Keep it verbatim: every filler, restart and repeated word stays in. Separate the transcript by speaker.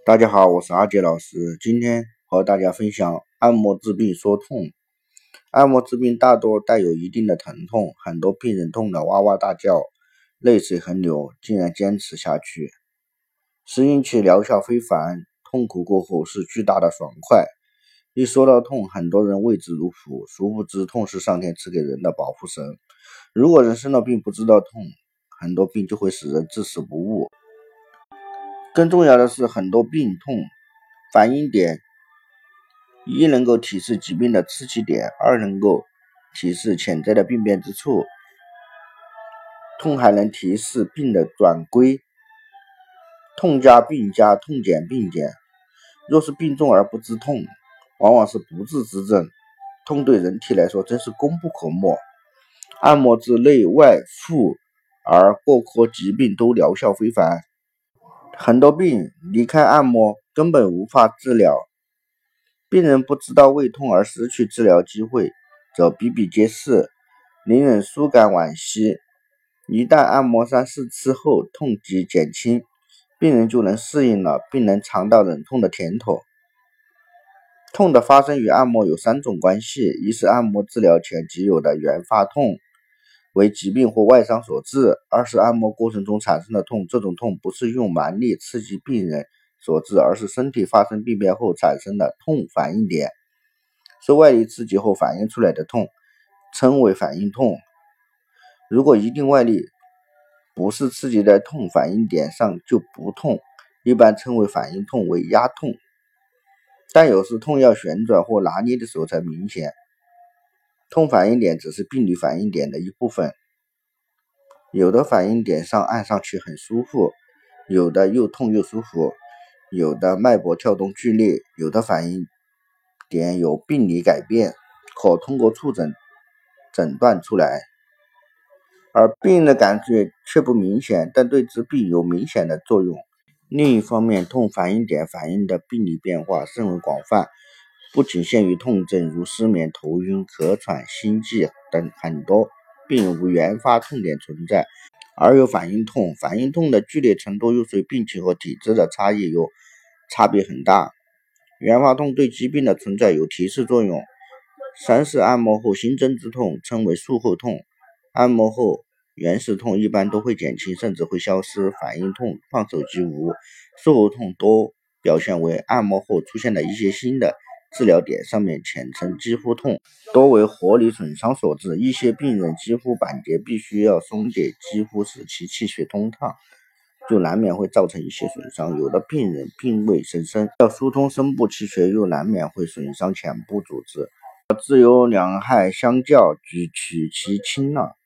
Speaker 1: 大家好，我是阿杰老师，今天和大家分享按摩治病说痛。按摩治病大多带有一定的疼痛，很多病人痛得哇哇大叫，泪水横流，竟然坚持下去，适应期疗效非凡，痛苦过后是巨大的爽快。一说到痛，很多人畏之如虎，殊不知痛是上天赐给人的保护神。如果人生了病不知道痛，很多病就会使人至死不悟。更重要的是，很多病痛反应点一能够提示疾病的刺激点，二能够提示潜在的病变之处，痛还能提示病的转归。痛加病加，痛减病减。若是病重而不知痛，往往是不治之症。痛对人体来说真是功不可没。按摩治内外妇儿各科疾病都疗效非凡。很多病离开按摩根本无法治疗，病人不知道为痛而失去治疗机会，则比比皆是，令人殊感惋惜。一旦按摩三四次后，痛即减轻，病人就能适应了，并能尝到忍痛的甜头。痛的发生与按摩有三种关系：一是按摩治疗前即有的原发痛，为疾病或外伤所致；二是按摩过程中产生的痛，这种痛不是用蛮力刺激病人所致，而是身体发生病变后产生的痛反应点，是外力刺激后反映出来的痛，称为反应痛。如果一定外力不是刺激在痛反应点上就不痛，一般称为反应痛，为压痛。但有时痛要旋转或拿捏的时候才明显，痛反应点只是病理反应点的一部分，有的反应点上按上去很舒服，有的又痛又舒服，有的脉搏跳动剧烈，有的反应点有病理改变，可通过触诊诊断出来，而病人的感觉却不明显，但对治病有明显的作用。另一方面，痛反应点反映的病理变化甚为广泛，不仅限于痛症，如失眠、头晕、咳喘、心悸等，很多病无原发痛点存在，而有反应痛。反应痛的剧烈程度又随病情和体质的差异有差别很大。原发痛对疾病的存在有提示作用。三是按摩后新增之痛，称为术后痛。按摩后原始痛一般都会减轻，甚至会消失，反应痛放手即无。术后痛多表现为按摩后出现的一些新的治疗点上面浅层肌肤痛，多为活理损伤所致。一些病人肌肤板结，必须要松解肌肤使其气血通畅，就难免会造成一些损伤。有的病人病位甚深，要疏通深部气血，又难免会损伤浅部组织。自由两害相较，举取其轻了。